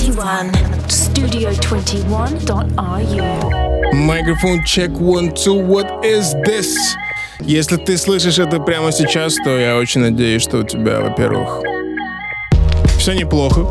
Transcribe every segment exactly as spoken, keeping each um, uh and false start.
twenty-one. studio twenty-one dot r u. Microphone check one two. What is this? Если ты слышишь это прямо сейчас, то я очень надеюсь, что у тебя, во-первых, все неплохо.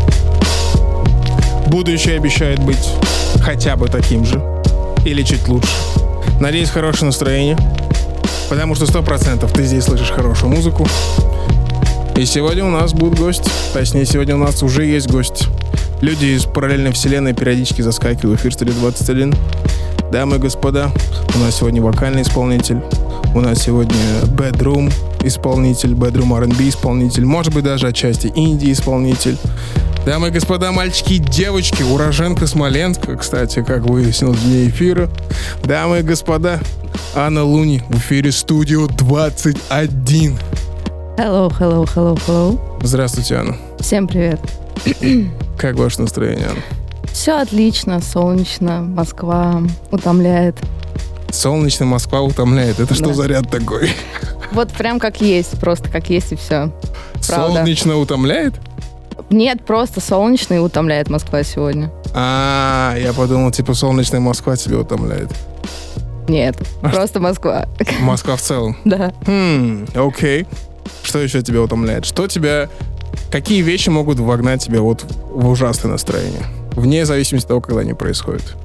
Будущее обещает быть хотя бы таким же. Или чуть лучше. Надеюсь, хорошее настроение. Потому что сто процентов ты здесь слышишь хорошую музыку. И сегодня у нас будет гость. Точнее, сегодня у нас уже есть гость. Люди из параллельной вселенной периодически заскакивают в эфир сто двадцать один. Дамы и господа, у нас сегодня вокальный исполнитель. У нас сегодня bedroom исполнитель, bedroom ар энд би исполнитель. Может быть, даже отчасти инди исполнитель. Дамы и господа, мальчики и девочки, уроженка Смоленска, кстати, как выяснилось вне эфира. Дамы и господа, Анна Луни в эфире студио двадцать один. Hello, hello, hello, hello. Здравствуйте, Анна. Всем привет. Как ваше настроение, Анна? Все отлично, солнечно, Москва утомляет. Солнечно, Москва утомляет. Это что Да. за ряд такой? Вот прям как есть, просто как есть и все. Правда. Солнечно утомляет? Нет, просто солнечно и утомляет Москва сегодня. А, я подумал, типа солнечная Москва тебя утомляет. Нет, просто Москва. Москва в целом. Да. Хм, окей. Что еще тебя утомляет? Что тебя... Какие вещи могут вогнать тебя вот в ужасное настроение? Вне зависимости от того, когда они происходят.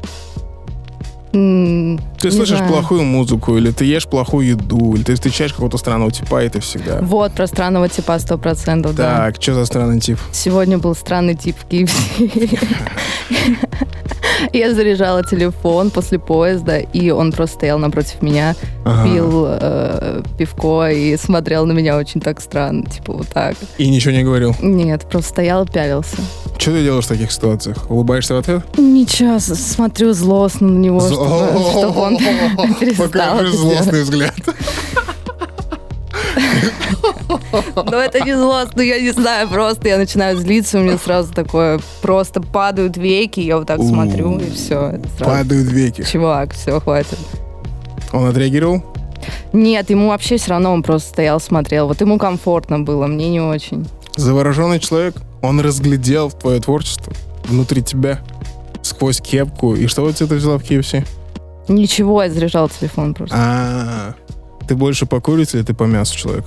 М, Ты не слышишь знаю. плохую музыку, или ты ешь плохую еду, или ты встречаешь какого-то странного типа, и ты всегда... Вот, про странного типа сто процентов, да. Так, что за странный тип? Сегодня был странный тип в кей эф си. Я заряжала телефон после поезда, и он просто стоял напротив меня, Ага. пил э, пивко и смотрел на меня очень так странно, типа вот так. И ничего не говорил. Нет, просто стоял и пялился. Что ты делаешь в таких ситуациях? Улыбаешься в ответ? Ничего, с- смотрю злостно на него, чтобы, чтобы он перестал. Покажи это злостный делать. взгляд. Но это не злостно, я не знаю, просто я начинаю злиться, у меня сразу такое, просто падают веки, я вот так У. смотрю, и все. Падают веки. Чувак, все, хватит. Он отреагировал? Нет, ему вообще все равно, он просто стоял, смотрел. Вот ему комфортно было, мне не очень. Завороженный человек, он разглядел твое творчество внутри тебя, сквозь кепку. И что у тебя ты взяла в кей эф си? Ничего, я заряжал телефон просто. А, ты больше по курице или ты по мясу человек?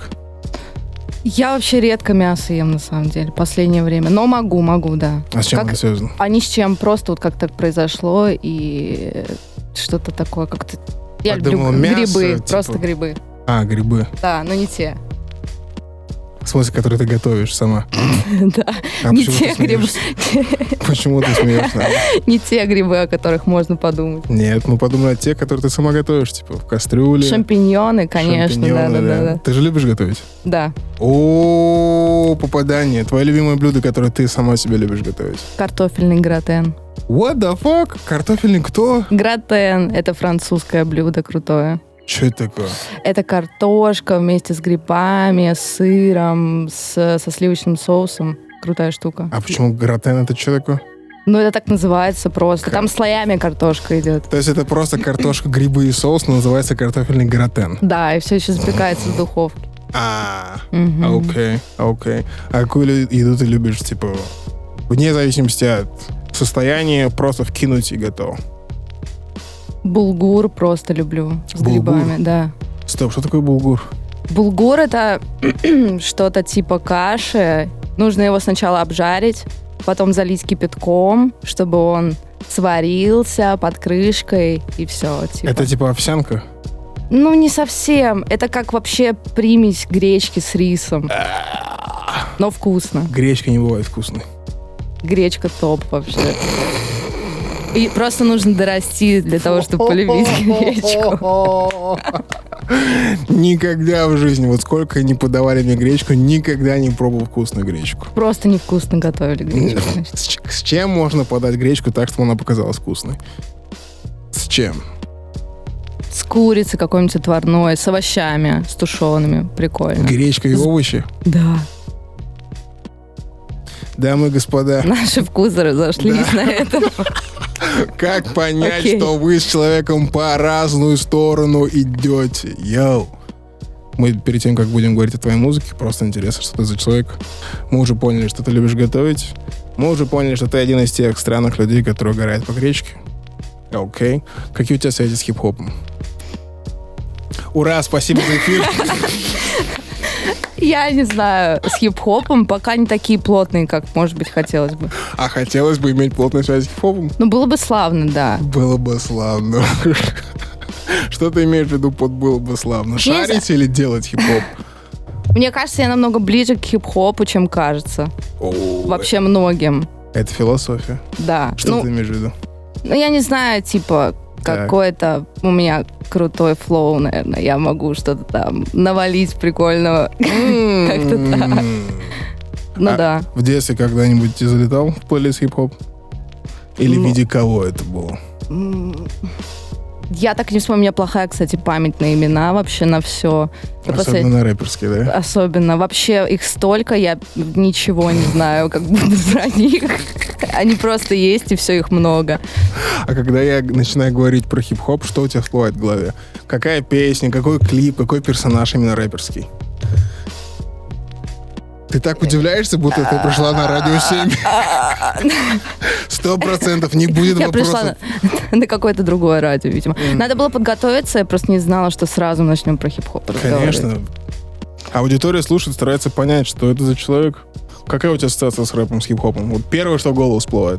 Я вообще редко мясо ем, на самом деле, последнее время. Но могу, могу, да. А с чем Как- это связано? А ни с чем, просто вот как так произошло, и что-то такое, как-то... Я Подумала, люблю г- мясо, грибы, типа. просто грибы. А, грибы. Да, но не те. В смысле, которые ты готовишь сама. Да, А не почему те ты грибы, смеешься? Почему ты смеешься? не те грибы, о которых можно подумать. Нет, мы подумали о тех, которые ты сама готовишь, типа в кастрюле. Шампиньоны, конечно, шампиньоны, да-да-да. Ты же любишь готовить? Да, О, попадание. Твое любимое блюдо, которое ты сама себе любишь готовить. картофельный гратен. What the fuck? Картофельный кто? Гратен — это французское блюдо крутое. Что это такое? Это картошка вместе с грибами, с сыром, с- со сливочным соусом. Крутая штука. А почему гратен это что такое? Ну, это так называется просто. Как? Там слоями картошка идет. То есть это просто картошка, грибы и соус, но называется картофельный гратен. Да, и все еще запекается в духовке. А, Мгм. окей, окей. А какую лю- еду ты любишь, типа, вне зависимости от состояния, просто вкинуть и готово? Булгур просто люблю. С Булгур? грибами, да. Стоп, что такое булгур? Булгур — это что-то типа каши. Нужно его сначала обжарить, потом залить кипятком, чтобы он сварился под крышкой, и все. Типа. Это типа овсянка? Ну, не совсем. Это как вообще примесь гречки с рисом. Но вкусно. Гречка не бывает вкусной. Гречка топ вообще. И просто нужно дорасти для того, чтобы полюбить гречку. Никогда в жизни, вот сколько не подавали мне гречку, никогда не пробовал вкусную гречку. Просто невкусно готовили гречку. значит. С, ч- с чем можно подать гречку так, чтобы она показалась вкусной? С чем? С курицей какой-нибудь отварной, с овощами, с тушеными. Прикольно. Гречка и овощи? Да. Дамы и господа, Наши вкусы разошлись на этом. как понять, Окей. что вы с человеком по разную сторону идете? Йоу. Мы перед тем, как будем говорить о твоей музыке, просто интересно, что ты за человек. Мы уже поняли, что ты любишь готовить. Мы уже поняли, что ты один из тех странных людей, которые угорают по гречке. Окей. Какие у тебя связи с хип-хопом? Ура, спасибо за эфир. Я не знаю, с хип-хопом пока не такие плотные, как, может быть, хотелось бы. А хотелось бы иметь плотную связь с хип-хопом? Ну, было бы славно, да. Было бы славно. Что ты имеешь в виду под «было бы славно»? Шарить или делать хип-хоп? Мне кажется, я намного ближе к хип-хопу, чем кажется. О, Вообще многим. Это философия. Да. Что ну, ты имеешь в виду? Ну, я не знаю, типа, Так. какой-то у меня крутой флоу, наверное. Я могу что-то там навалить прикольного. Как-то так. Ну А да. В детстве когда-нибудь ты залетал в плейлист хип-хоп? Или в виде кого это было? Я так не вспомню, у меня плохая, кстати, память на имена вообще, на все. Особенно на рэперские, да? Особенно. Вообще их столько, я ничего не знаю, как будто про них. Они просто есть, и все, их много. А когда я начинаю говорить про хип-хоп, что у тебя всплывает в голове? Какая песня, какой клип, какой персонаж именно рэперский? Ты так удивляешься, будто ты пришла на Радио семь. Сто процентов не будет Я вопросов. пришла на, на какое-то другое радио, видимо. Надо было подготовиться, я просто не знала, что сразу начнем про хип-хоп разговаривать. Конечно. Аудитория слушает, старается понять, что это за человек. Какая у тебя ассоциация с рэпом, с хип-хопом? Вот первое, что в голову всплывает.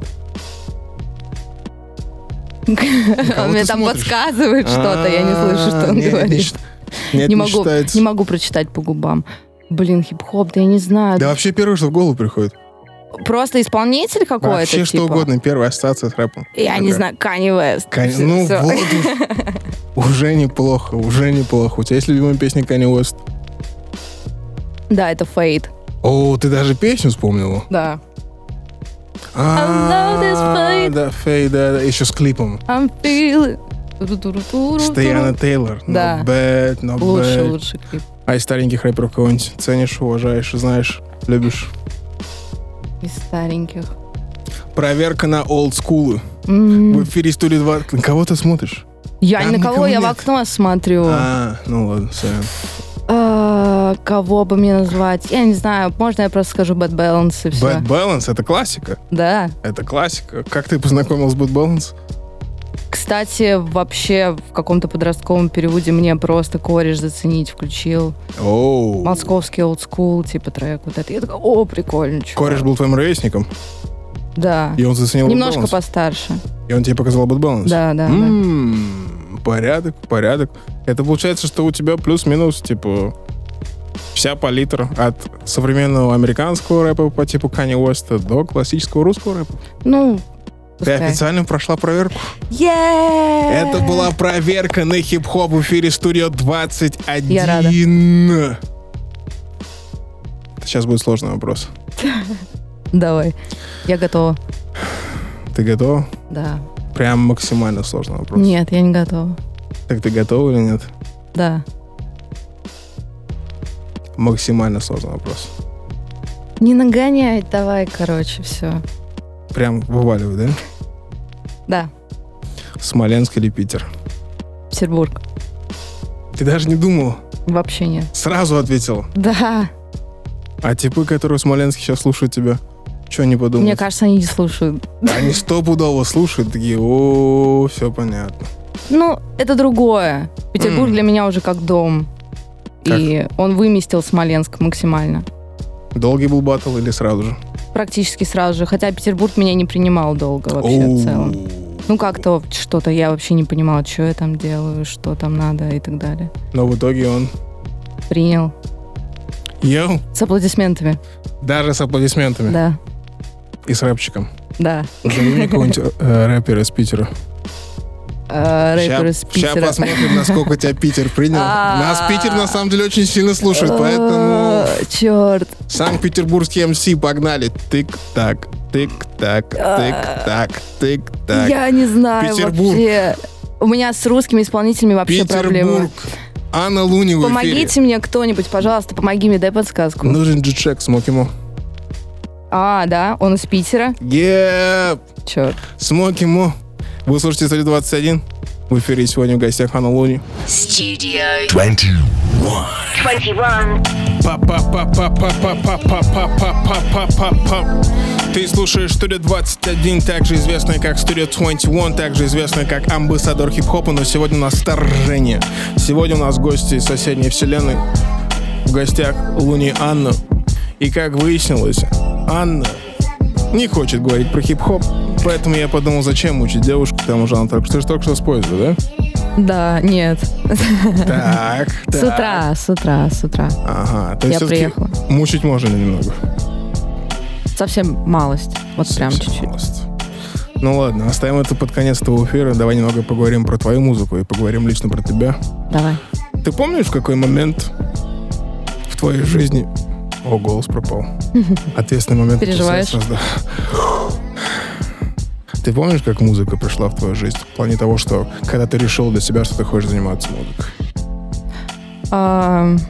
Он мне там подсказывает что-то, я не слышу, что он говорит. Нет, Не не могу, считается. не могу прочитать по губам. Блин, хип-хоп, да я не знаю. Да вообще первое, что в голову приходит. Просто исполнитель какой-то, Вообще что типа? угодно, первая ассоциация с рэпом. Я не Какая? знаю, Канье Уэст. Кань- Всё, Ну всё. вот уж. Уже неплохо, уже неплохо. У тебя есть любимая песня Канье Уэст? Да, это Фейт. О, ты даже песню вспомнила? Да. А, this fate. Да, Фейт, да, да. Еще с клипом. I'm feeling. Ту-ту-ту-ту-ту-ту. С Таяна Тейлор. Да. Not bad, not Лучший, bad. лучший клип. А из стареньких рэперов кого-нибудь ценишь, уважаешь, знаешь, любишь? Из стареньких. Проверка на олдскулы. М. В эфире студии два. На кого ты смотришь? Я Там ни на кого, никого я в нет. окно смотрю. А, ну ладно, сорян. А, Кого бы мне назвать? Я не знаю, можно я просто скажу Bad Balance и все. Bad Balance — это классика. Да. Это классика. Как ты познакомился с Bad Balance? Кстати, вообще в каком-то подростковом периоде мне просто кореш заценить включил. Оу. Московский old school, типа трек вот это. Я такая, о, прикольно, чувак. Кореш был твоим ровесником, Да. и он заценил Bad Немножко Balance. постарше. И он тебе показал Bad Balance? Да, да, да. М, Порядок, порядок. Это получается, что у тебя плюс-минус, типа, вся палитра от современного американского рэпа по типу Канье Уэста до классического русского рэпа. Ну, Ты пускай. официально прошла проверку. Yeah! Это была проверка на хип-хоп в эфире Студио двадцать один. Я рада. Сейчас будет сложный вопрос. Давай. Я готова. Ты готова? Да. Прям максимально сложный вопрос. Нет, я не готова. Так ты готова или нет? Да. Максимально сложный вопрос. Не нагоняй, давай, короче, все. Прям вываливай, да? Да. Смоленск или Питер? Петербург. Ты даже не думала? Вообще нет. Сразу ответила. Да. А типы, которые в Смоленске сейчас слушают тебя, что они подумают? Мне кажется, они не слушают. Они стопудово слушают, такие, о, все понятно. Ну, это другое. Петербург М. для меня уже как дом. Как? И он выместил Смоленск максимально. Долгий был баттл или сразу же? Практически сразу же. Хотя Петербург меня не принимал долго вообще Оу. в целом. Ну, как-то что-то я вообще не понимала, что я там делаю, что там надо и так далее. Но в итоге он, Принял. йоу, С аплодисментами. даже с аплодисментами Да. и с рэпчиком. Да. Назови мне какого-нибудь э, рэпера из Питера. Э, рэпер из Сейчас Питера. посмотрим, насколько тебя Питер принял. А. Нас Питер на самом деле очень сильно слушает, поэтому Черт. Санкт-Петербургский эм си, погнали. Тык-так, тык-так, тык-так, тык-так. Я не знаю Петербург. вообще. У меня с русскими исполнителями вообще проблемы. Петербург. Анна Луни в эфире. Помогите мне кто-нибудь, пожалуйста, помоги мне, дай подсказку. Нужен джичек, Смоки Мо. А, да, он из Питера. Еп, Черт. Смоки Мо. Вы слушаете Студию двадцать один. В эфире сегодня в гостях Анна Луни. Studio twenty-one. двадцать один. Па-па-па-па-па-па-па-па-па-па-па-па. Ты слушаешь Studio двадцать один, также известная как Studio двадцать один, также известная как амбассадор хип-хопа, но сегодня у нас вторжение. Сегодня у нас гости из соседней вселенной. В гостях Луни Анна. И как выяснилось, Анна не хочет говорить про хип-хоп, поэтому я подумал, зачем мучить девушку, к тому же она только, ты же только что с поезда, да? Да, нет. Так, так. С утра, с утра, с утра. Ага, то есть Я приехала. Мучить можно немного. Совсем малость. Вот Совсем прям чуть-чуть. малость. Ну ладно, оставим это под конец этого эфира. Давай немного поговорим про твою музыку и поговорим лично про тебя. Давай. Ты помнишь, в какой момент в твоей жизни... О, голос пропал. Ответственный момент. Переживаешь? Да. Ты помнишь, как музыка пришла в твою жизнь? В плане того, что когда ты решил для себя, что ты хочешь заниматься музыкой? А,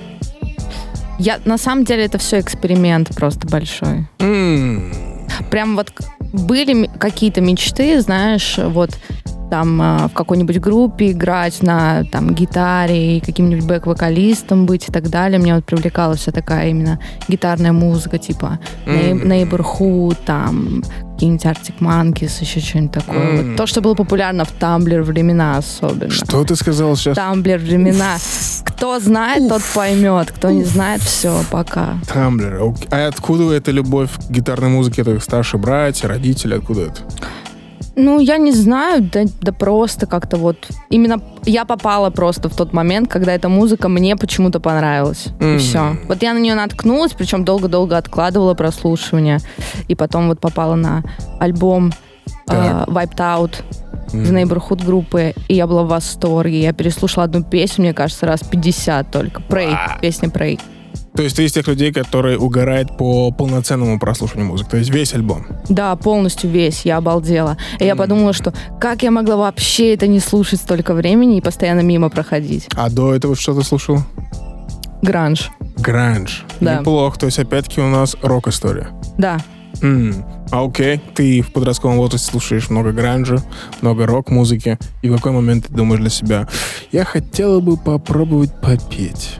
я, на самом деле, это все эксперимент просто большой. Mm. Прям вот были какие-то мечты, знаешь, вот там в какой-нибудь группе играть на там, гитаре и каким-нибудь бэк-вокалистом быть и так далее. Мне вот привлекала вся такая именно гитарная музыка, типа mm. Neighborhood, там какие-нибудь Arctic Monkeys, еще что-нибудь такое. Mm. Вот то, что было популярно в Тамблер времена особенно. Что ты сказал сейчас? Тамблер времена. Кто знает, тот поймет. Кто не знает, все, пока. Тамблер. А откуда эта любовь к гитарной музыке? Это старшие братья, родители? Откуда это? Ну, я не знаю, да, да просто как-то вот... Именно я попала просто в тот момент, когда эта музыка мне почему-то понравилась. Mm-hmm. И все. Вот я на нее наткнулась, причем долго-долго откладывала прослушивание. И потом вот попала на альбом э, Wiped Out mm-hmm. из Neighborhood группы. И я была в восторге. Я переслушала одну песню, мне кажется, раз пятьдесят только. Pray, ah. песня Pray. То есть ты из тех людей, которые угорают по полноценному прослушиванию музыки? То есть весь альбом? Да, полностью весь. Я обалдела. И mm. я подумала, что как я могла вообще это не слушать столько времени и постоянно мимо проходить. А до этого что ты слушала? Гранж. Гранж. Да. Неплохо. То есть опять-таки у нас рок-история. Да. Mm. А окей, ты в подростковом возрасте слушаешь много гранжа, много рок-музыки. И в какой момент ты думаешь для себя, я хотела бы попробовать попеть?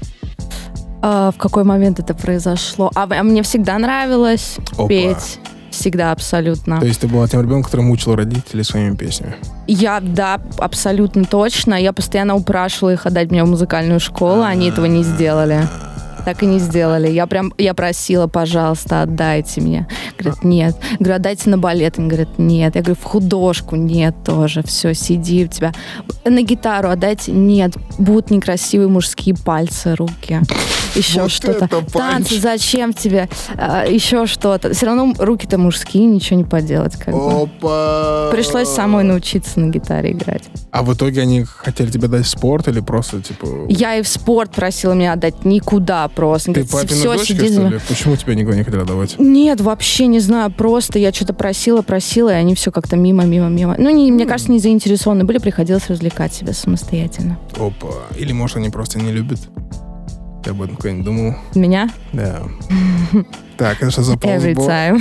А в какой момент это произошло? А, а мне всегда нравилось Опа. петь. Всегда, абсолютно. То есть ты была тем ребенком, который мучил родителей своими песнями? Я, да, абсолютно точно. Я постоянно упрашивала их отдать меня в музыкальную школу, а они этого не сделали. Так и не сделали. Я прям, я просила, пожалуйста, отдайте мне. Говорят, нет. Говорю, отдайте на балет. Они говорят, нет. Я говорю, в художку. Нет, тоже. Все, сиди у тебя. На гитару отдайте. Нет. Будут некрасивые мужские пальцы, руки. Еще вот что-то. Танцы, зачем тебе? А, еще что-то. Все равно руки-то мужские, ничего не поделать. Как Опа! бы. Пришлось самой научиться на гитаре играть. А в итоге они хотели тебе дать в спорт или просто, типа... Я и в спорт просила меня отдать никуда просто. Ты папина все, дочка, сиди... что ли? Почему тебя никуда не хотели давать? Нет, вообще не знаю. Просто я что-то просила, просила, и они все как-то мимо, мимо, мимо. Ну, не, мне кажется, не заинтересованы были, приходилось развлекать себя самостоятельно. Опа. Или, может, они просто не любят? Ты об этом когда-нибудь думал? Меня? Да. Так, это что за пауза Every time.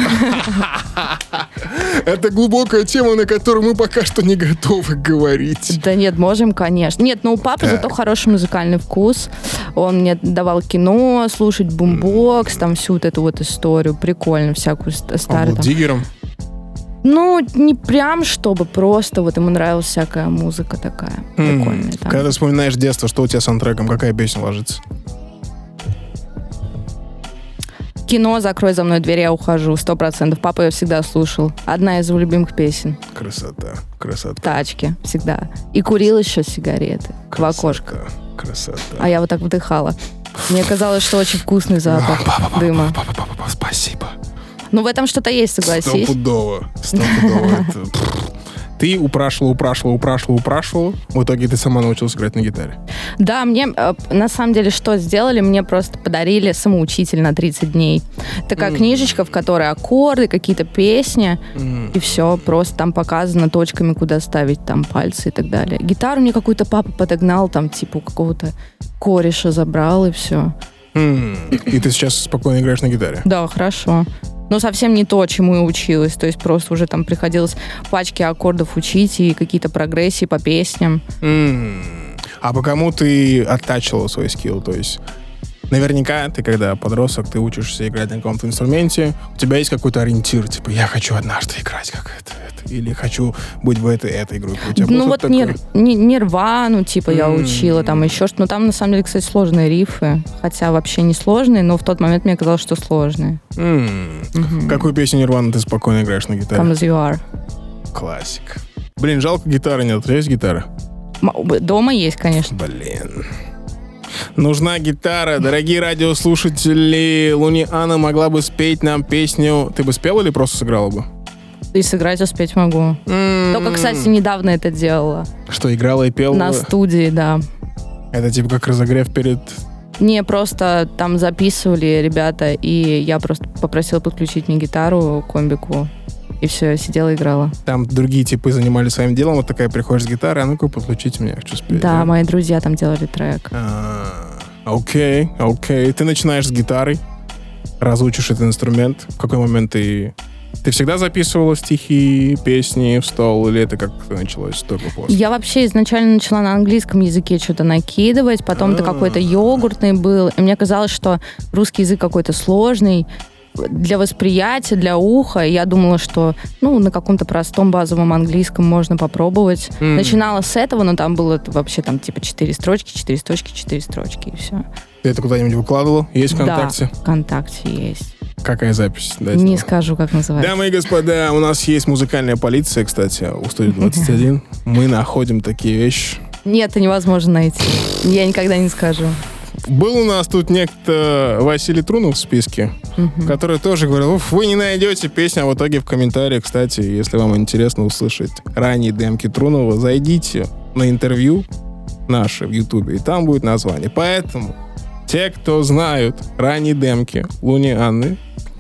Это глубокая тема, на которую мы пока что не готовы говорить. Да нет, можем, конечно. Нет, но у папы зато хороший музыкальный вкус. Он мне давал кино, слушать бумбокс, там всю вот эту вот историю. Прикольно, всякую старую. Он был диггером? Ну, не прям чтобы, просто вот ему нравилась всякая музыка такая. Прикольная. Там. Когда ты вспоминаешь детство, что у тебя с саундтреком, какая песня ложится? Кино «Закрой за мной дверь, я ухожу». Сто процентов. Папа ее всегда слушал. Одна из его любимых песен. Красота, красота. В тачке всегда. И курил еще сигареты. Красота, в окошко. Красота. А я вот так вдыхала. Мне казалось, что очень вкусный запах дыма. Папа, папа, папа, спасибо. Ну, в этом что-то есть, согласись. Стопудово. Стопудово. Ты упрашивала, упрашивала, упрашивала, упрашивала. В итоге ты сама научилась играть на гитаре. Да, мне, на самом деле, что сделали? Мне просто подарили самоучитель на тридцать дней. Такая mm. книжечка, в которой аккорды, какие-то песни. Mm. И все, просто там показано точками, куда ставить там пальцы и так далее. Гитару мне какую-то папа подогнал, там, типа, у какого-то кореша забрал, и все. Mm. И ты сейчас спокойно играешь на гитаре? Да, хорошо. Но совсем не то, чему я училась. То есть просто уже там приходилось пачки аккордов учить и какие-то прогрессии по песням. Mm. А по кому ты оттачивал свой скилл? То есть наверняка ты, когда подросток, ты учишься играть на каком-то инструменте, у тебя есть какой-то ориентир, типа, я хочу однажды играть как это, это или хочу быть в этой, этой группе. У тебя ну вот нир, Нирвану, типа, я Mm. учила, там еще что-то. Но там, на самом деле, кстати, сложные рифы. Хотя вообще не сложные, но в тот момент мне казалось, что сложные. Mm. Мгм. Какую песню Нирваны ты спокойно играешь на гитаре? Come as you are. Классик. Блин, жалко, гитары нет. У тебя есть гитара? М- Дома есть, конечно. Блин. Нужна гитара. Дорогие радиослушатели, Луни Анна могла бы спеть нам песню. Ты бы спела или просто сыграла бы? И сыграть успеть могу. М-м-м. Только, кстати, недавно это делала. Что, играла и пела? На студии, да. Это типа как разогрев перед... Не, просто там записывали ребята, и я просто попросила подключить мне гитару, комбику, и все, сидела и играла. Там другие типы занимались своим делом, вот такая приходишь с гитарой, а ну-ка подключите меня, хочу спеть. Да, мои друзья там делали трек. А, Окей, окей. Ты начинаешь с гитары, разучишь этот инструмент. В какой момент ты... Ты всегда записывала стихи, песни в стол, или это как-то началось только после? Я вообще изначально начала на английском языке что-то накидывать, потом-то А. какой-то йогуртный был, и мне казалось, что русский язык какой-то сложный для восприятия, для уха, и я думала, что ну, на каком-то простом базовом английском можно попробовать. М. Начинала с этого, но там было вообще там типа четыре строчки, четыре строчки, четыре строчки, и все. Ты это куда-нибудь выкладывал? Есть ВКонтакте? Да, ВКонтакте есть. Какая запись? Дайте Не нам. скажу, как называется. Дамы и господа, у нас есть музыкальная полиция, кстати, у студии двадцать один. Мы находим такие вещи. Нет, это невозможно найти. Я никогда не скажу. Был у нас тут некто Василий Трунов в списке, Мгм. который тоже говорил, уф, вы не найдете песню, а в итоге в комментариях, кстати, если вам интересно услышать ранние демки Трунова, зайдите на интервью наше в Ютубе, и там будет название. Поэтому те, кто знают ранние демки Луни Анны,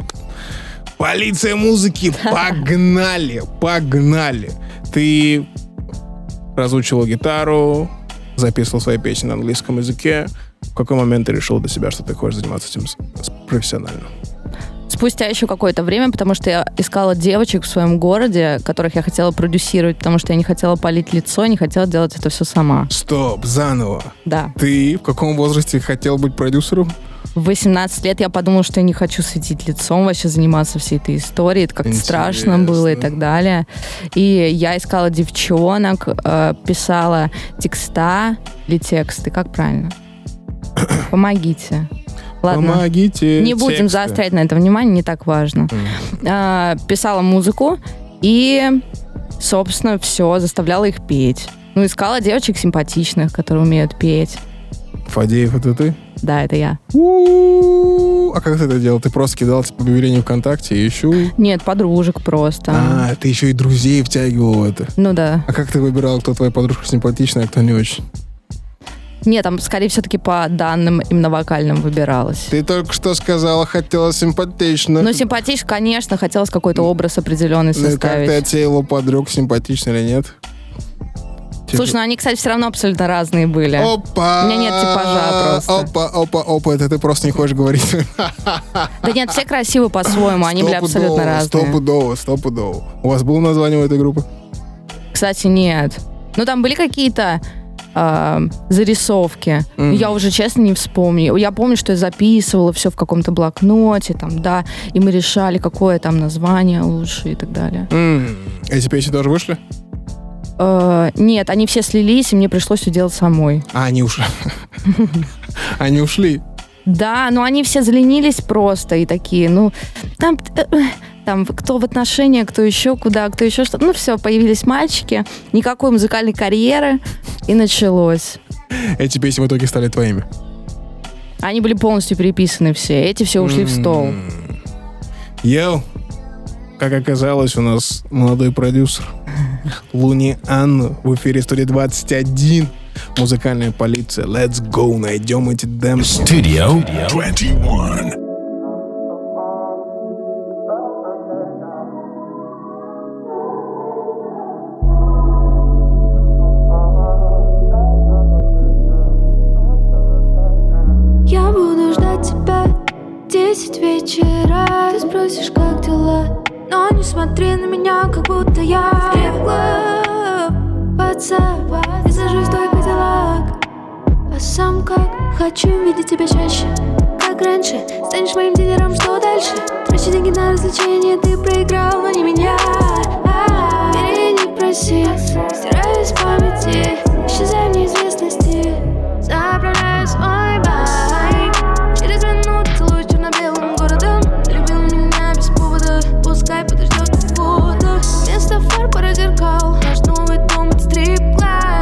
полиция музыки, погнали, погнали. Ты разучивал гитару, записывал свои песни на английском языке. В какой момент ты решил для себя, что ты хочешь заниматься этим с- с- профессионально? Спустя еще какое-то время, потому что я искала девочек в своем городе, которых я хотела продюсировать, потому что я не хотела палить лицо, не хотела делать это все сама. Стоп, заново. Да. Ты в каком возрасте хотел быть продюсером? В восемнадцать лет я подумала, что я не хочу светить лицом, вообще заниматься всей этой историей. Это как-то Интересно. страшно было и так далее. И я искала девчонок, э, писала текста или тексты, как правильно? Помогите. Ладно. Помогите. Не будем тексты. заострять на это внимание, не так важно. М. А, писала музыку и, собственно, все, заставляла их петь. Ну, искала девочек симпатичных, которые умеют петь. Фадеев, это ты? Да, это я. У-у-у. А как ты это делал? Ты просто кидал типа, объявление ВКонтакте и ищу? Нет, подружек просто. А, ты еще и друзей втягивал в это. Ну да. А как ты выбирал, кто твоя подружка симпатичная, а кто не очень? Нет, там скорее все-таки по данным именно вокальным выбиралась. Ты только что сказала, хотела симпатично. Ну, симпатичка, конечно, хотелось какой-то образ определенный Ну и как составить. ты отсеяла подруг, симпатично или нет? Слушай, ну они, кстати, все равно абсолютно разные были. Опа! У меня нет типажа просто. Опа, опа, опа, это ты просто не хочешь говорить. Да нет, все красивы по-своему, они были абсолютно разные. Стопудово, стопудово. У вас было название у этой группы? Кстати, нет. Ну, там были какие-то а, зарисовки. Мгм. Я уже, честно, не вспомню. Я помню, что я записывала все в каком-то блокноте, там, да, и мы решали, какое там название лучше и так далее. М, Эти песни тоже вышли? Э, нет, они все слились, и мне пришлось все делать самой. А, они ушли. Они ушли. Да, но они все заленились просто и такие, ну, там, э, там кто в отношениях, кто еще куда, кто еще что. Ну, все, появились мальчики, никакой музыкальной карьеры, и началось. Эти песни в итоге стали твоими. Они были полностью переписаны все, эти все ушли в стол. М. Йоу, как оказалось, у нас молодой продюсер Луни Анна в эфире студии двадцать один. Музыкальная полиция. Let's go, найдем эти демки. Studio двадцать один. Я буду ждать тебя десять вечера. Ты спросишь, как дела, но не смотри на меня, как будто я крепла. WhatsApp, и сажусь в твой Кадиллак. сам как хочу видеть тебя чаще, как раньше. Станешь моим дилером, что дальше? Трачу деньги на развлечения, ты проиграл, но не меня. Бери, не проси, стираю из памяти, исчезаю в неизвестности, заправляю свой байк. Через минуту целую черно-белым городом. Любил меня без повода, пускай подождет вода. Вместо фар пара зеркал, наш новый дом — это стрип-клаб.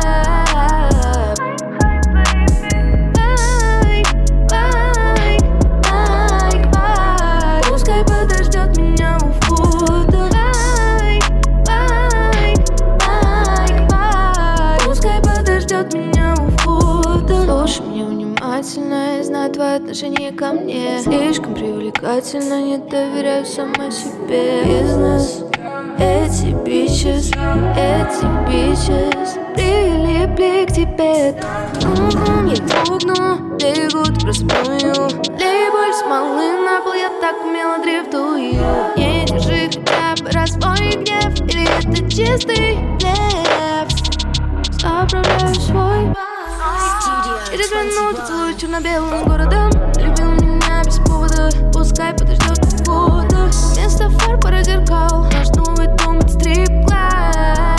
Байк, байк, байк, байк, пускай подождет меня у входа. Байк, байк, байк, байк, пускай подождет меня у входа. Слушай меня внимательно, я знаю твое отношение ко мне. Слишком привлекательно, не доверяю сама себе. Бизнес, эти бичес, эти бичес прилипли к тебе. М-м, я дрогну, бегут врасплою. Лей боль смолы на пол, я так умело дрифтую. Не держи хотя бы раз свой гнев, или это чистый блеф. Заправляю свой байк. Через минуту целую черно-белым городом. Любил меня без повода, пускай подождет вода. Вместо фар пара зеркал, наш новый дом — это стрип-клаб.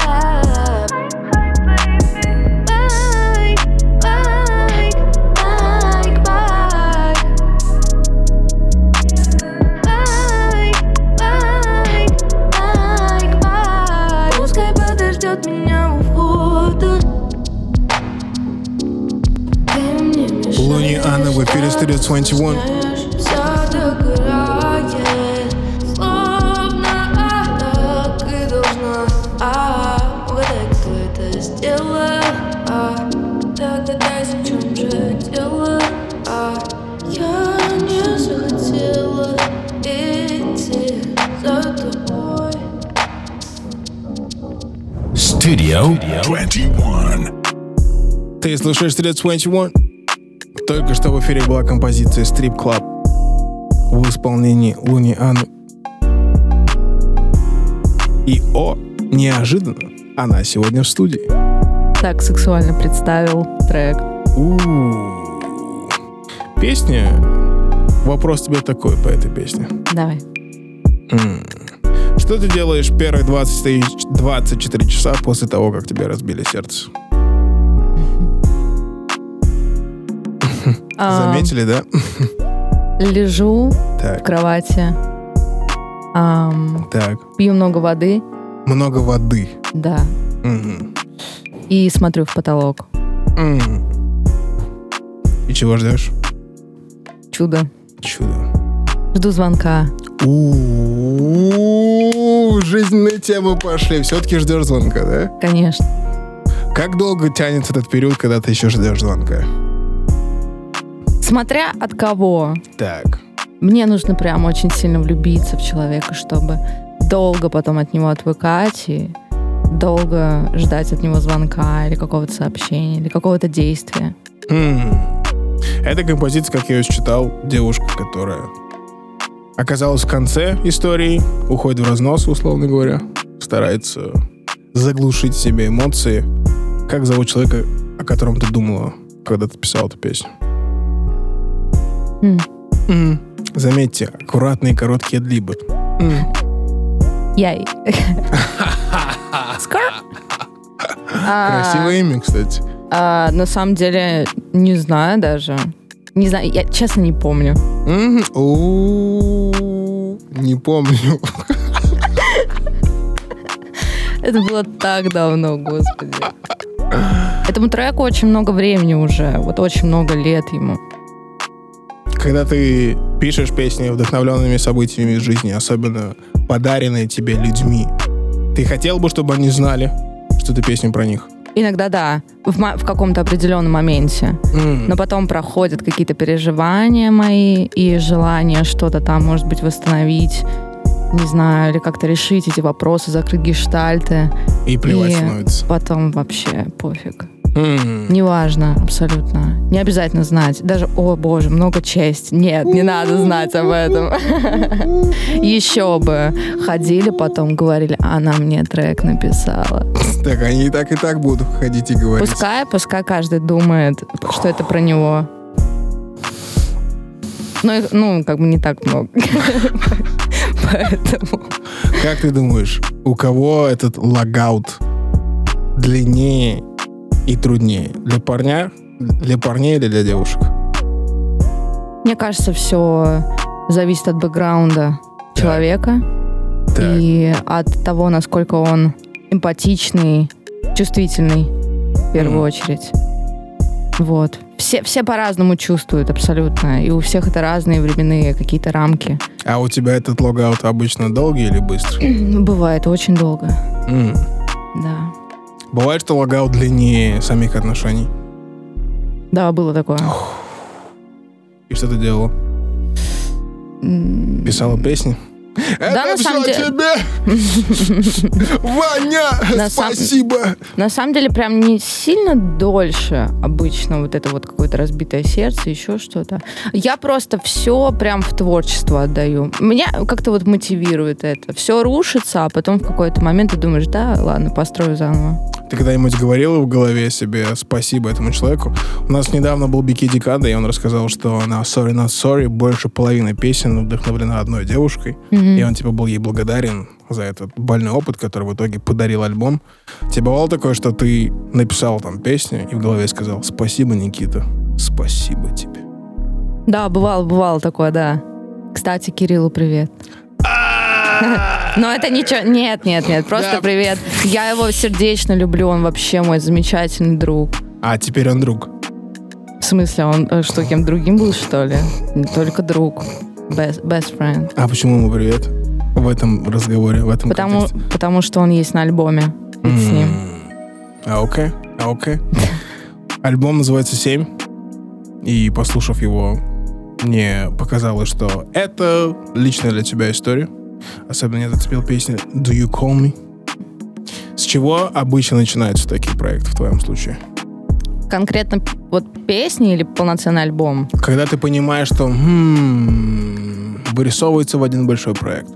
Байк, байк, байк, байк. Байк, байк, байк, байк, пускай подождет меня у входа. Луни Анна в эфире Studio двадцать один. Все догорает, словно так и должна. А, угадай, кто это сделал. А, так догадайся, в чем же дело. А, я не захотела идти за тобой. Studio двадцать один. Ты слушаешь Studio двадцать один? Только что в эфире была композиция Strip Club в исполнении Луни Анны. И о, неожиданно, она сегодня в студии. Так сексуально представил трек. У-у-у. Песня. Вопрос тебе такой по этой песне. Давай. М. Что ты делаешь первые двадцать, двадцать четыре часа после того, как тебе разбили сердце? Заметили, да? Лежу Так. в кровати, ам, Так. пью много воды, Много воды. да, Мгм. и смотрю в потолок. Мгм. И чего ждешь? Чудо. Чудо. Жду звонка. У-у-у, жизненные темы пошли. Все-таки ждешь звонка, да? Конечно. Как долго тянется этот период, когда ты еще ждешь звонка? Смотря от кого. Так. Мне нужно прям очень сильно влюбиться в человека, чтобы долго потом от него отвыкать и долго ждать от него звонка или какого-то сообщения, или какого-то действия. М. Эта композиция, как я ее считал, девушка, которая оказалась в конце истории, уходит в разнос, условно говоря, старается заглушить в себе эмоции. Как зовут человека, о котором ты думала, когда ты писал эту песню? М. М. Заметьте, аккуратные короткие адлибы. М. Яй. Скар. А, Красивое имя, кстати. а, На самом деле, не знаю даже. Не знаю, я честно не помню. Мгм. У-у-у, не помню. Это было так давно, господи. Этому треку очень много времени уже. Вот очень много лет ему. Когда ты пишешь песни, вдохновленными событиями из жизни, особенно подаренные тебе людьми, ты хотел бы, чтобы они знали, что ты песня про них? Иногда да, в, мо- в каком-то определенном моменте. М. Но потом проходят какие-то переживания мои и желание что-то там, может быть, восстановить, не знаю, или как-то решить эти вопросы, закрыть гештальты. И плевать И становится. потом вообще пофиг. М. Неважно, абсолютно. Не обязательно знать. Даже, о боже, много честь. Нет, не надо знать об этом. Еще бы. Ходили потом, говорили, она мне трек написала. Так, они и так, и так будут ходить и говорить. Пускай, пускай каждый думает, что это про него. Ну, их, ну, как бы не так много. Поэтому... Как ты думаешь, у кого этот логаут длиннее и труднее? Для парня, для парней или для девушек? Мне кажется, все зависит от бэкграунда Так. человека Так. и от того, насколько он эмпатичный, чувствительный, в первую Мгм. очередь. Вот. Все, все по-разному чувствуют абсолютно. И у всех это разные временные какие-то рамки. А у тебя этот логаут обычно долгий или быстрый? Ну, бывает очень долго. М. Да. Бывает, что логаут длиннее самих отношений. Да, было такое. И что ты делала? М, Писала песни? Да, на самом деле- тебе! Ваня, На сам- спасибо! На самом деле, прям не сильно дольше обычно вот это вот какое-то разбитое сердце, еще что-то. Я просто все прям в творчество отдаю. Меня как-то вот мотивирует это. Все рушится, а потом в какой-то момент ты думаешь, да, ладно, построю заново. Ты когда-нибудь говорила в голове себе спасибо этому человеку? У нас недавно был Бики Дикада, и он рассказал, что на Sorry Not Sorry больше половины песен вдохновлена одной девушкой. Мгм. И он типа был ей благодарен за этот больной опыт, который в итоге подарил альбом. Тебе бывало такое, что ты написал там песню и в голове сказал «Спасибо, Никита, спасибо тебе». Да, бывало, бывало такое, да. Кстати, Кириллу привет. Но это ничего... Нет, нет, нет, просто Да. привет. Я его сердечно люблю, он вообще мой замечательный друг. А теперь он друг. В смысле, он э, что, кем другим был, что ли? Не только друг. Best, best friend. А почему ему привет в этом разговоре, в этом Потому, контексте? потому что он есть на альбоме. Ведь с ним. М. А окей, а окей. Альбом называется «Семь». И, послушав его, мне показалось, что это личная для тебя история. Особенно я зацепил песню «Do You Call Me?». С чего обычно начинаются такие проекты в твоем случае? Конкретно вот песни или полноценный альбом? Когда ты понимаешь, что м, вырисовывается в один большой проект.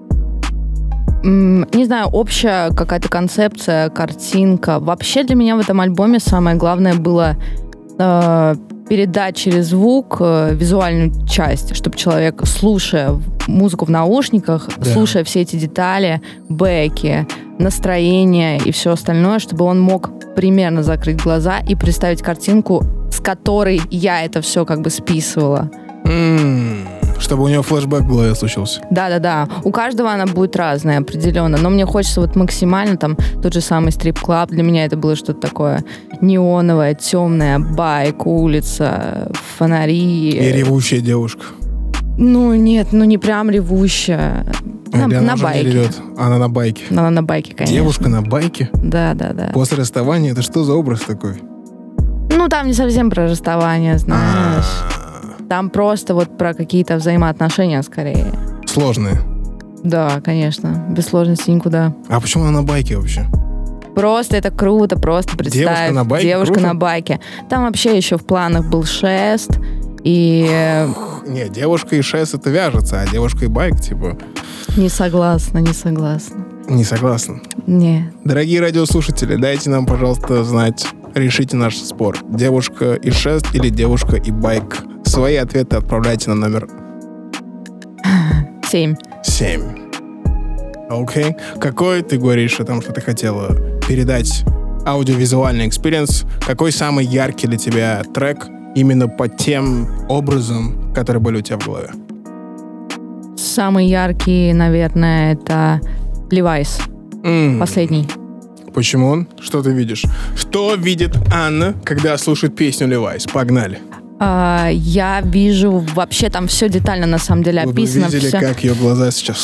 М, Не знаю, общая какая-то концепция, картинка. Вообще для меня в этом альбоме самое главное было э, передать через звук э, визуальную часть, чтобы человек, слушая музыку в наушниках, Да. слушая все эти детали, бэки, настроение и все остальное, чтобы он мог примерно закрыть глаза и представить картинку, с которой я это все как бы списывала. М, Чтобы у него флешбэк в голове случился. Да-да-да. У каждого она будет разная, определенно. Но мне хочется вот максимально там тот же самый стрип-клаб. Для меня это было что-то такое неоновое, темное, байк, улица, фонари. И ревущая девушка. Ну, нет, ну не прям ревущая. На, Или она на уже не байке. ревет? Она на байке. Она на байке, конечно. Девушка на байке? Да-да-да. После расставания? Это что за образ такой? Ну, там не совсем про расставание, знаешь. А, Там просто вот про какие-то взаимоотношения скорее. Сложные. Да, конечно. Без сложности никуда. А почему она на байке вообще? Просто это круто, просто представь. Девушка на байке? Девушка Круто? на байке. Там вообще еще в планах был шест. И э, Не, девушка и шест это вяжется, а девушка и байк, типа, не согласна, не согласна. не согласна. Нет. Дорогие радиослушатели, дайте нам, пожалуйста, знать, решите наш спор. Девушка и шест или девушка и байк? Свои ответы отправляйте на номер Семь. семь. Окей. Какой, ты говоришь о том, что ты хотела передать аудиовизуальный экспириенс? Какой самый яркий для тебя трек именно по тем образом, которые были у тебя в голове? Самый яркий, наверное, это Levi's. М, Последний. Почему он? Что ты видишь? Что видит Анна, когда слушает песню Levi's? Погнали. А, я вижу вообще там все детально на самом деле Вы бы описано. видели, Все как ее глаза сейчас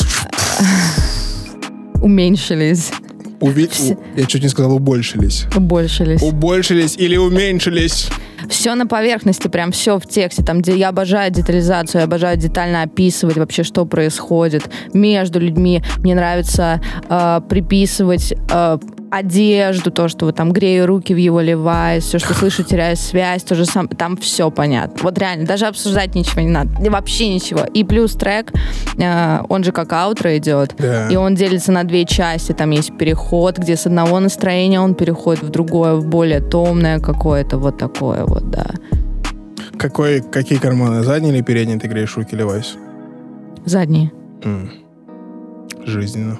уменьшились, уви- у- Я чуть не сказал убольшились. убольшились. Убольшились или уменьшились? Все на поверхности, прям все в тексте. Там, где я обожаю детализацию, я обожаю детально описывать вообще, что происходит между людьми. Мне нравится э, приписывать э, одежду, то, что вот там грею руки в его Levi's, все, что слышу, теряю связь, то же самое, там все понятно. Вот реально, даже обсуждать ничего не надо, вообще ничего. И плюс трек, э, он же как аутро идет, Да. и он делится на две части, там есть переход, где с одного настроения он переходит в другое, в более томное какое-то, вот такое вот, да. Какой, какие карманы? Задние или передние ты греешь руки Levi's? Задние. М. Жизненно.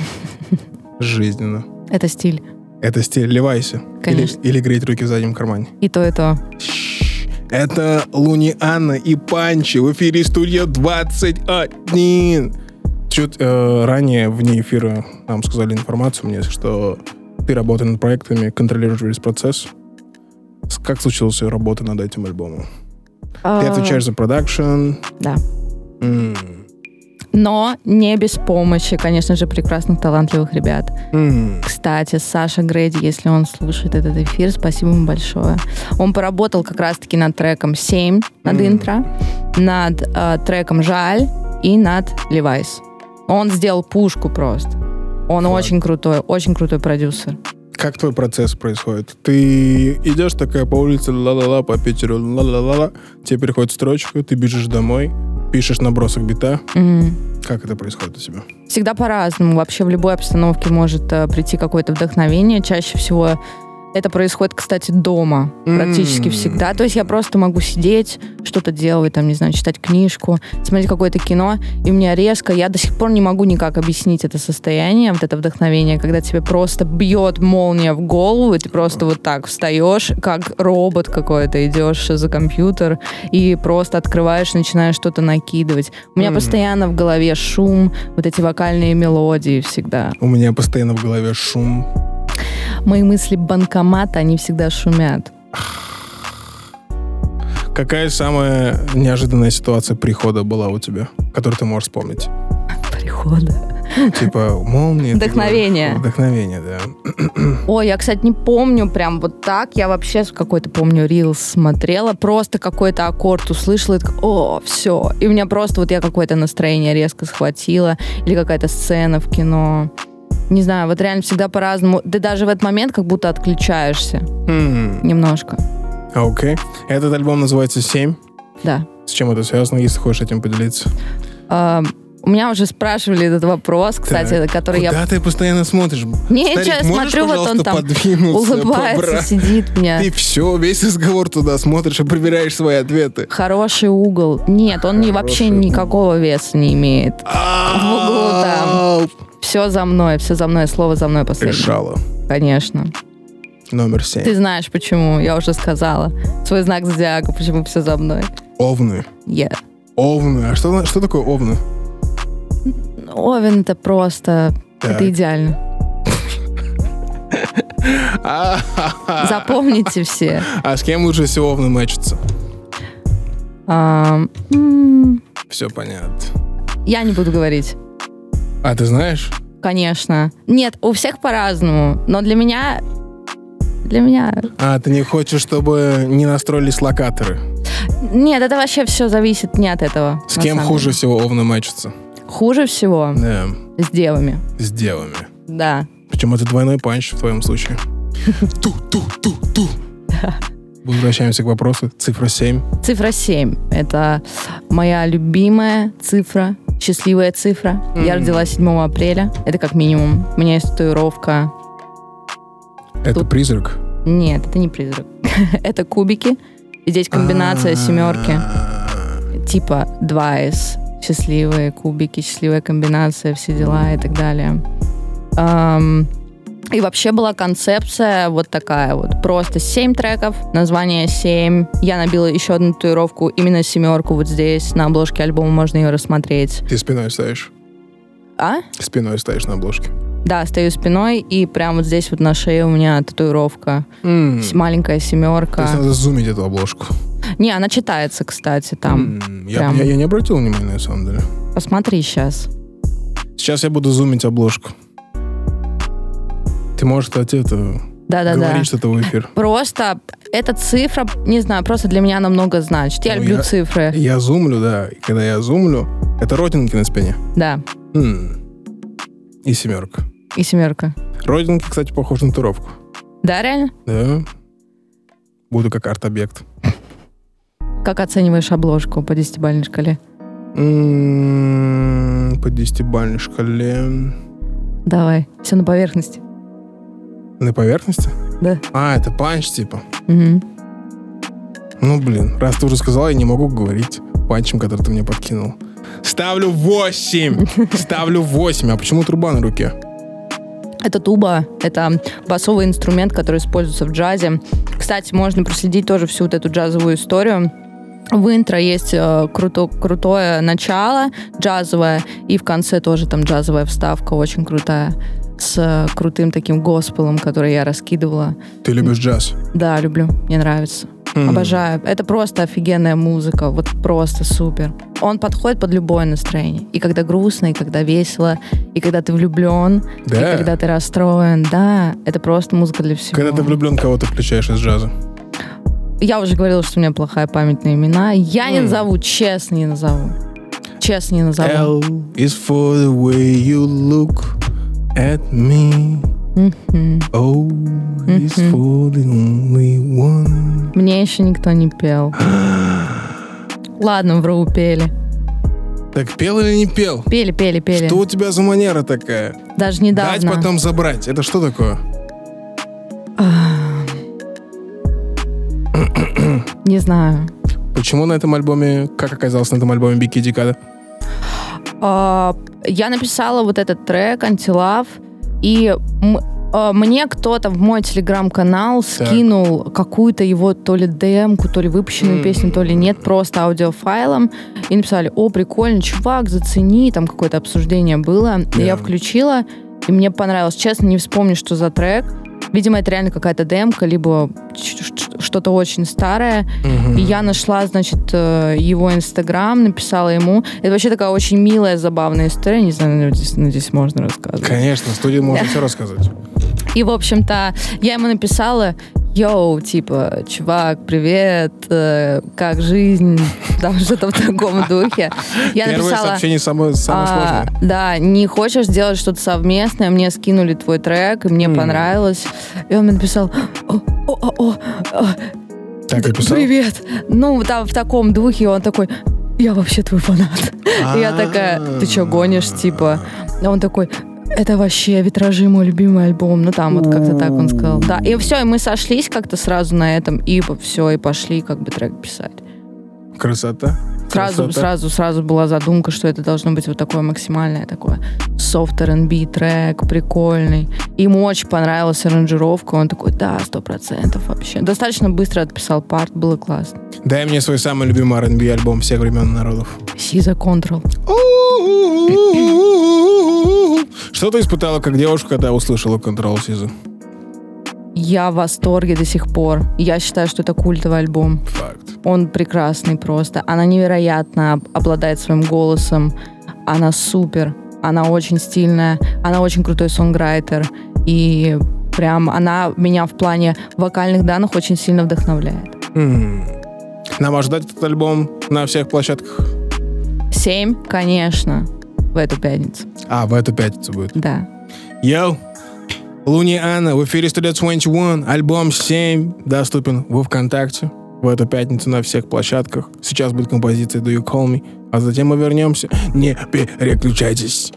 Жизненно. Это стиль. Это стиль Levi's? Или, Конечно. или греть руки в заднем кармане? И то, и то. Это Луни Анна и Панчи в эфире студия двадцать один. Чуть э, ранее вне эфира нам сказали информацию мне, что ты работаешь над проектами, контролируешь весь процесс. С- Как случилась работа над этим альбомом? Ты отвечаешь за продакшн. Да. М. Но не без помощи, конечно же, прекрасных, талантливых ребят. М. Кстати, Саша Грэди, если он слушает этот эфир, спасибо ему большое. Он поработал как раз-таки над треком семь, над Мгм. интро, над э, треком «Жаль» и над Levi's. Он сделал пушку просто. Он Факт. очень крутой, очень крутой продюсер. Как твой процесс происходит? Ты идешь такая по улице, ла-ла-ла, по Питеру, ла-ла-ла-ла, тебе приходит строчка, ты бежишь домой, пишешь набросок бита. Мгм. Как это происходит у тебя? Всегда по-разному. Вообще в любой обстановке может э, прийти какое-то вдохновение. Чаще всего это происходит, кстати, дома. Практически М. всегда. То есть я просто могу сидеть, что-то делать, там, не знаю, читать книжку, смотреть какое-то кино, и у меня резко, я до сих пор не могу никак объяснить это состояние, вот это вдохновение, когда тебе просто бьет молния в голову, и ты просто вот так встаешь, как робот какой-то, идешь за компьютер и просто открываешь, начинаешь что-то накидывать. У меня М. постоянно в голове шум, вот эти вокальные мелодии всегда. У меня постоянно в голове шум. Мои мысли банкомата, они всегда шумят. Какая самая неожиданная ситуация прихода была у тебя, которую ты можешь вспомнить? Прихода. Ну, типа молния. ты Вдохновение. говоришь. Вдохновение, да. Ой, я, кстати, не помню прям вот так. Я вообще какой-то, помню, рилс смотрела, просто какой-то аккорд услышала, и такая, о, все. И у меня просто вот я какое-то настроение резко схватила, или какая-то сцена в кино. Не знаю, вот реально всегда по-разному. Ты даже в этот момент как будто отключаешься М. немножко. Окей. Этот альбом называется «семь». Да. С чем это связано, если хочешь этим поделиться? А, у меня уже спрашивали этот вопрос, кстати, Так. который Куда я... ты постоянно смотришь? Не, Старик, я можешь, смотрю, вот он пожалуйста, там подвинуться, улыбается, побра- сидит меня. Ты все, весь разговор туда смотришь и проверяешь свои ответы. Хороший угол. Нет, он не, вообще Хороший никакого веса не имеет. углу там. Все за мной, все за мной, слово за мной последнее. Решала. Конечно. Номер семь. Ты знаешь, почему, я уже сказала. Свой знак зодиака, почему все за мной. Овны. Yeah. Овны. А что, что такое овны? Овен это просто... Так. Это идеально. А-ха-ха. Запомните все. А с кем лучше всего овны мэчатся? А, м, Все понятно. Я не буду говорить. А ты знаешь? Конечно. Нет, у всех по-разному. Но для меня... Для меня... А, ты не хочешь, чтобы не настроились локаторы? Нет, это вообще все зависит не от этого. С на кем самом хуже деле. всего овны мэчатся? Хуже всего Да, с девами. с девами. Да. Причем это двойной панч в твоем случае. Ту-ту-ту-ту-ту. Возвращаемся к вопросу. Цифра семь. Цифра семь. Это моя любимая цифра, счастливая цифра. Я М. родилась седьмого апреля. Это как минимум. У меня есть татуировка. Это Тут- призрак? Нет, это не призрак. Это кубики. И здесь комбинация семерки. А-а-а. Типа два эс. Счастливые кубики, счастливая комбинация, все дела и так далее. Ам, И вообще была концепция вот такая вот. Просто семь треков, название семь. Я набила еще одну татуировку, именно семерку вот здесь. На обложке альбома можно ее рассмотреть. Ты спиной стоишь? А? Спиной стоишь на обложке. Да, стою спиной, и прямо вот здесь вот на шее у меня татуировка. М. С- Маленькая То семерка. есть надо зумить эту обложку. Не, она читается, кстати, там. М, Я, прям. я- я не обратил внимания, на самом деле. Посмотри сейчас. Сейчас я буду зумить обложку. Ты можешь, кстати, это, Да-да-да. говорить что-то в эфир. Просто эта цифра, не знаю, просто для меня она много значит. Я Ну, люблю я- цифры. Я зумлю, да. И когда я зумлю, это родинки на спине. Да, М. И семерка. и семерка. Родинки, кстати, похожи на татуировку. Да, реально? Да. Буду как арт-объект. Как оцениваешь обложку по десятибалльной шкале? М-м, по десятибалльной шкале. Давай, все на поверхности. На поверхности? Да. А, это панч, типа. Угу. Ну, блин, раз ты уже сказала, я не могу говорить панчем, который ты мне подкинул. Ставлю восемь! Ставлю восемь. А почему труба на руке? Это туба, это басовый инструмент, который используется в джазе. Кстати, можно проследить тоже всю вот эту джазовую историю. В интро есть э, круто, крутое начало джазовое, и в конце тоже там джазовая вставка очень крутая, с э, крутым таким госпелом, который я раскидывала. Ты любишь джаз? Да, люблю, мне нравится. Mm. Обожаю. Это просто офигенная музыка, вот просто супер. Он подходит под любое настроение. И когда грустно, и когда весело, и когда ты влюблен, Да. и когда ты расстроен. Да, это просто музыка для всего. Когда ты влюблен, кого ты включаешь из джаза? Я уже говорила, что у меня плохая память на имена. Я Mm. не назову, честно не назову. Честно не назову. L is for the way you look at me. Мгм. O is for the only one. Мне еще никто не пел. Ладно, вру, пели. Так пел или не пел? Пели, пели, пели. Что у тебя за манера такая? Даже недавно. Дать, потом забрать. Это что такое? Не знаю. Почему на этом альбоме, как оказалось на этом альбоме Бики Дикада? А, я написала вот этот трек «Антилав», и м- а, мне кто-то в мой телеграм-канал скинул какую-то его то ли демку, то ли выпущенную Mm. песню, то ли нет, просто аудиофайлом, и написали: «О, прикольно, чувак, зацени», там какое-то обсуждение было, и Yeah. я включила, и мне понравилось. Честно, не вспомню, что за трек. Видимо, это реально какая-то демка, либо ч- ч- что-то очень старое. Мгм. И я нашла, значит, э, его инстаграм, написала ему. Это вообще такая очень милая, забавная история. Не знаю, надеюсь, надеюсь, можно рассказывать. Конечно, в студии можно все рассказать. И, в общем-то, я ему написала: «Йоу, типа, чувак, привет, э, как жизнь?» Там что-то в таком духе. Я Первое написала: сообщение самое, самое а, сложное. да, не хочешь сделать что-то совместное? Мне скинули твой трек, и мне М. понравилось. И он мне написал: «О, о, о, о, о, Так и писал? привет». Ну, там в таком духе он такой: «Я вообще твой фанат». И я такая: «Ты что, гонишь?» Типа. А он такой: «Это вообще «Витражи» мой любимый альбом». Ну, там вот как-то так он сказал. Да, и все, и мы сошлись как-то сразу на этом, и все, и пошли как бы трек писать. Красота. Сразу, Красота. сразу, сразу была задумка, что это должно быть вот такое максимальное, такое soft ар энд би трек, прикольный. И ему очень понравилась аранжировка, он такой: «Да, сто процентов вообще». Достаточно быстро отписал парт, было классно. Дай мне свой самый любимый ар энд би альбом всех времен и народов. Сиза Control. Что ты испытала как девушка, когда услышала Control Сиза? Я в восторге до сих пор. Я считаю, что это культовый альбом. Факт. Он прекрасный просто. Она невероятно об- обладает своим голосом. Она супер. Она очень стильная. Она очень крутой сонграйтер. И прям она меня в плане вокальных данных очень сильно вдохновляет. М. Нам ожидать этот альбом на всех площадках? Семь, конечно, в эту пятницу. А, в эту пятницу будет. Да. Йоу! Луни Анна, в эфире Studio двадцать один, альбом семь доступен во ВКонтакте в эту пятницу на всех площадках. Сейчас будет композиция Do You Call Me, а затем мы вернемся. Не переключайтесь.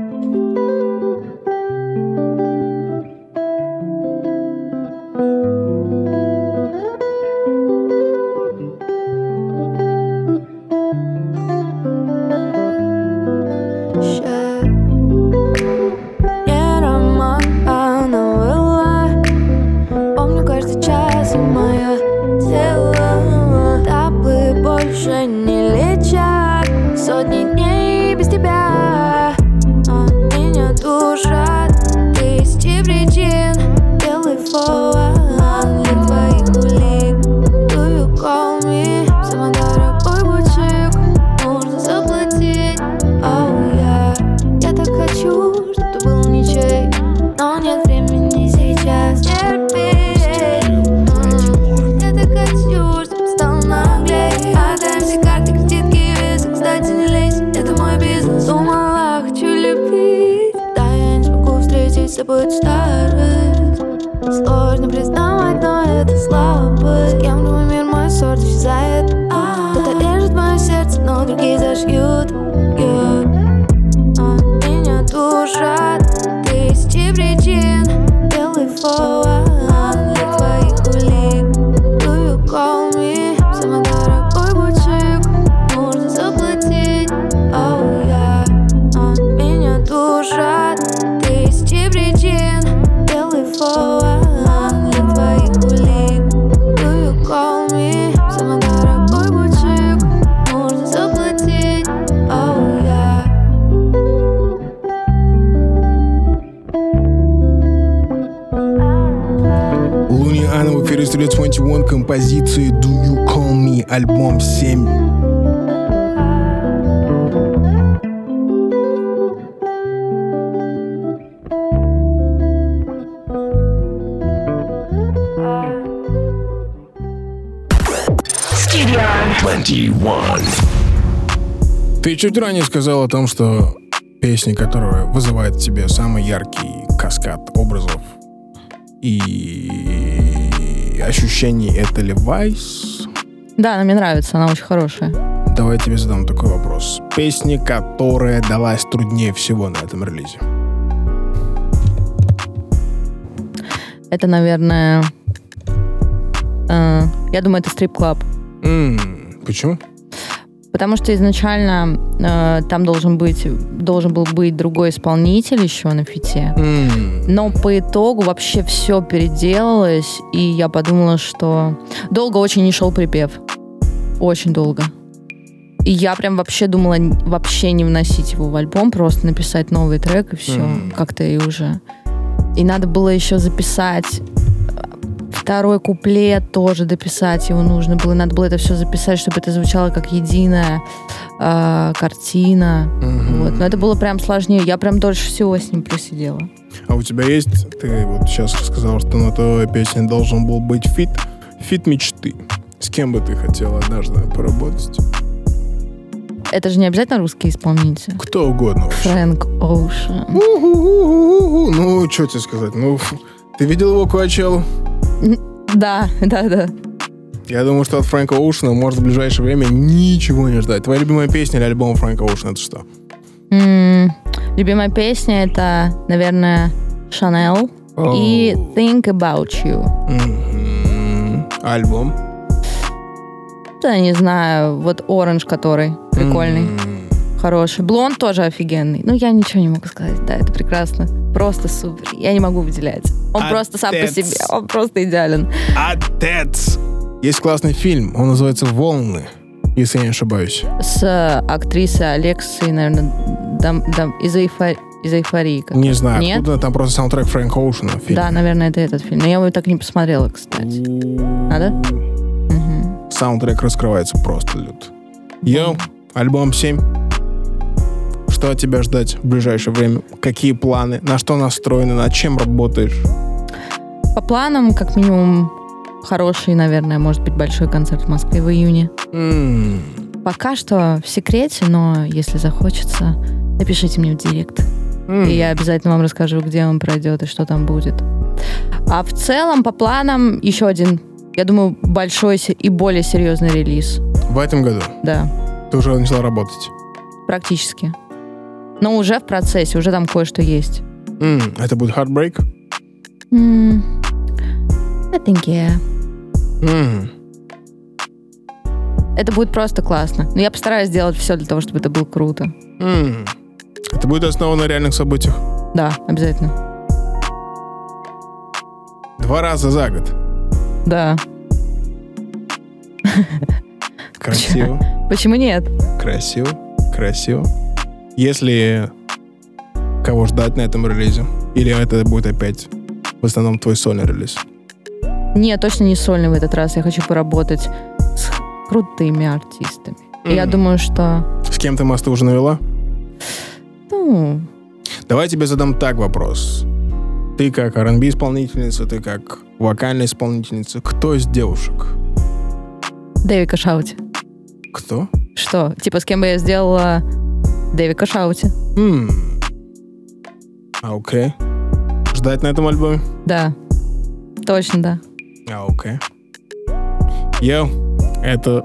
Не роман, а новелла. Помню каждый час и мое тело. Таблы больше не лечат. Сотни дней без тебя. Боюсь забыть старость. Сложно признавать, но это слабость. С кем твой мир, мой сорт исчезает. Кто-то режет мое сердце, но другие зашьют. Yeah. А меня душат тысячи причин. Белый фоан для твоих улик. Do you call me? Самый дорогой бутик. Нужно заплатить. Oh yeah. А меня душат тысячи причин. Белый фоан для твоих улик. Do you call me? Самый дорогой бутик. Нужно заплатить. Oh yeah. Луни Анна в эфире Studio двадцать один, композиции Do You Call Me, альбом семь. двадцать один. Ты чуть ранее сказал о том, что песня, которая вызывает в тебе самый яркий каскад образов и ощущений, это Levi's. Да, она мне нравится, она очень хорошая. Давай я тебе задам такой вопрос. Песня, которая далась труднее всего на этом релизе. Это, наверное... э, я думаю, это Strip Club. М-м, почему? Потому что изначально э, там должен быть, должен был быть другой исполнитель еще на фите. М-м. Но по итогу вообще все переделалось, и я подумала, что долго очень не шел припев. Очень долго. И я прям вообще думала вообще не вносить его в альбом, просто написать новый трек, и все. Mm. Как-то и уже. И надо было еще записать второй куплет, тоже дописать его нужно было. Надо было это все записать, чтобы это звучало как единая э, картина. Mm-hmm. Вот. Но это было прям сложнее. Я прям дольше всего с ним просидела. А у тебя есть, ты вот сейчас рассказала, что на той песне должен был быть фит, фит мечты. С кем бы ты хотела однажды поработать? Это же не обязательно русский исполнитель. Кто угодно вообще. Фрэнк Оушен. У-ху-ху-ху-ху. Ну, что тебе сказать? Ну, ф- ты видел его Коачеллу? Да, да, да. Я думаю, что от Фрэнка Оушена может в ближайшее время ничего не ждать. Твоя любимая песня или альбом Фрэнка Оушена — это что? М, Любимая песня — это, наверное, Chanel и Оу. Think About You. Мгм. Альбом? Да, не знаю, вот Orange, который прикольный, М. хороший. Блонд тоже офигенный. Ну, я ничего не могу сказать. Да, это прекрасно. Просто супер. Я не могу выделять. Он Отец. просто сам по себе. Он просто идеален. Отец! Есть классный фильм, он называется «Волны», если я не ошибаюсь. С э, актрисой Алексой, наверное, дам, дам, из, эйфор... из эйфории. как-то. Не знаю, Нет? откуда, там просто саундтрек Фрэнка Оушена в фильме. Да, наверное, это этот фильм. Но я его так и не посмотрела, кстати. Надо? Мгм. Саундтрек раскрывается просто лют. Йоу, альбом семь. Что от тебя ждать в ближайшее время? Какие планы? На что настроены? Над чем работаешь? По планам, как минимум, хороший, наверное, может быть, большой концерт в Москве в июне. М. Пока что в секрете, но если захочется, напишите мне в директ. М. И я обязательно вам расскажу, где он пройдет и что там будет. А в целом, по планам, еще один, я думаю, большой се- и более серьезный релиз. В этом году Да, ты уже начала работать. практически. Но уже в процессе, уже там кое-что есть. М. Это будет Heartbreak? М, I think, yeah. М. Это будет просто классно. Но я постараюсь сделать все для того, чтобы это было круто. М. Это будет основано на реальных событиях. Да, обязательно. Два раза за год. Да. Красиво, Почему нет? красиво, красиво. Если кого ждать на этом релизе? Или это будет опять в основном твой сольный релиз? Нет, точно не сольный в этот раз. Я хочу поработать с крутыми артистами. И я Мгм. думаю, что... С кем ты мосты уже навела? Ну, Давай я тебе задам так вопрос. Ты как ар энд би исполнительница, ты как вокальная исполнительница. Кто из девушек? Дэви Кошаути. Кто? Что? Типа, с кем бы я сделала Дэви Кошаути? М. А, окей. Ждать на этом альбоме? Да. Точно, да. А, окей. Йоу, это...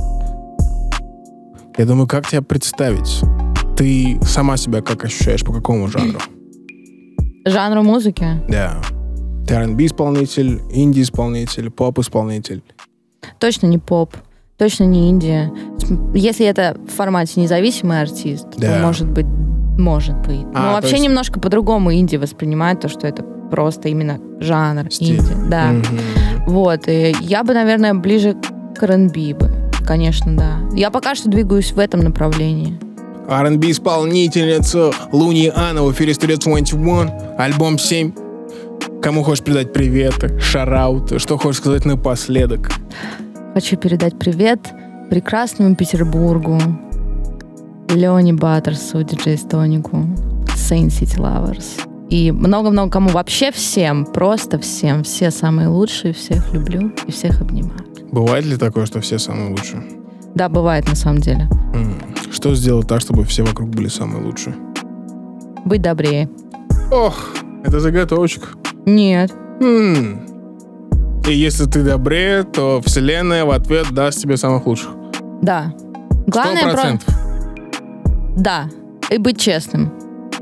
Я думаю, как тебя представить? Ты сама себя как ощущаешь? По какому жанру? Жанру музыки? Да. Ты ар энд би-исполнитель, инди-исполнитель, поп-исполнитель? Точно не поп. Точно не Индия. Если это в формате независимый артист, Да. то может быть, может быть. А, Но то вообще есть- немножко по-другому Индия воспринимает то, что это просто именно жанр Стиль. Индия. Да. Мгм. Вот. И я бы, наверное, ближе к ар энд би бы. Конечно, да. Я пока что двигаюсь в этом направлении. ар энд би-исполнительница Луни Анна в эфире Studio двадцать один, альбом семь. Кому хочешь передать приветы, шарауты, что хочешь сказать напоследок? Хочу передать привет прекрасному Петербургу, Лене Баттерсу, диджей Стонику, Saint City Lovers. И много-много кому. Вообще всем, просто всем. Все самые лучшие, всех люблю и всех обнимаю. Бывает ли такое, что все самые лучшие? Да, бывает на самом деле. М. Что сделать так, чтобы все вокруг были самые лучшие? Быть добрее. Ох, это заготовочка. Нет. М. И если ты добрее, то вселенная в ответ даст тебе самых лучших. Да. Сто Главное про... процентов. Да. И быть честным.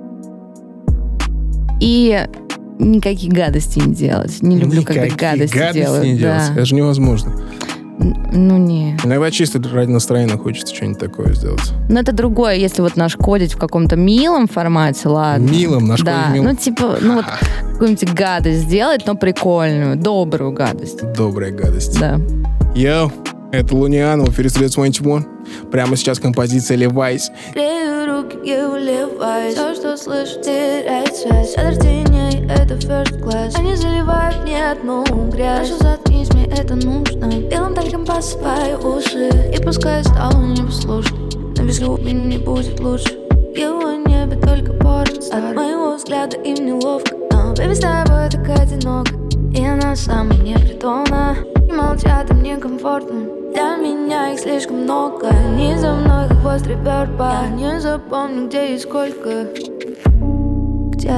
И никаких гадостей не делать. Не люблю, когда Никаких гадости, гадостей делают. не делать. Да. Это же невозможно. Н- Ну, не. Иногда чисто ради настроения хочется что-нибудь такое сделать. Но это другое, если вот нашкодить в каком-то милом формате, ладно. Милом, нашкодить Да, милом. ну типа, ну вот какую-нибудь гадость сделать, но прикольную, добрую гадость. Добрая гадость. Да. Йоу, это Луниана в эфире Studio двадцать один. Прямо сейчас композиция Levi's. Грею руки и уливаюсь. Все, что слышу, теряет связь. От теней — это first class. Они заливают мне одну грязь. Прошу, заткнись, мне это нужно. Белым тальком посыпаю уши. И пускай стало непослушной, но без любви не будет лучше. Его небе только порос. От моего взгляда им неловко. Но, baby, с тобой так одиноко. И она сама мне притомна. И молчат, и мне комфортно. Для меня их слишком много. Они за мной, как хвост реверба. Я не запомню, где и сколько. Где?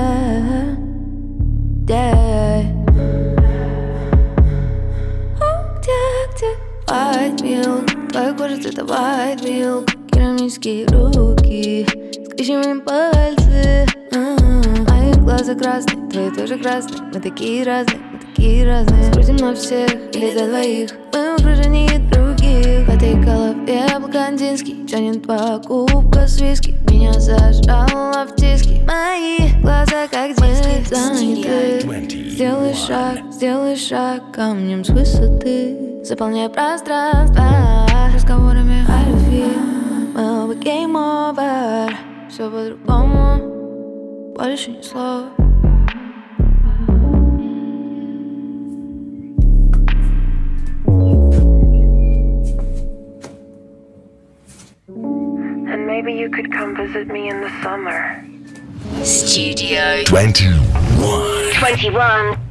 Где? О, где, где? White milk. Твоя кожа цвета white milk. Керамические руки, скрещиваем пальцы. А-а-а. Мои глаза красные, твои тоже красные. Мы такие разные, мы такие разные. Скрутим на всех или за двоих. Мы в окружении других. В этой голове блондинский тянет два кубка с виски. Меня зажало в тиски. Мои глаза как диски заняты. Сделай шаг, сделай шаг камнем с высоты. Заполняй пространство разговорами о любви. Мы оба game over. Все по-другому, больше ни слова. And maybe you could come visit me in the summer. Studio twenty-one. twenty-one.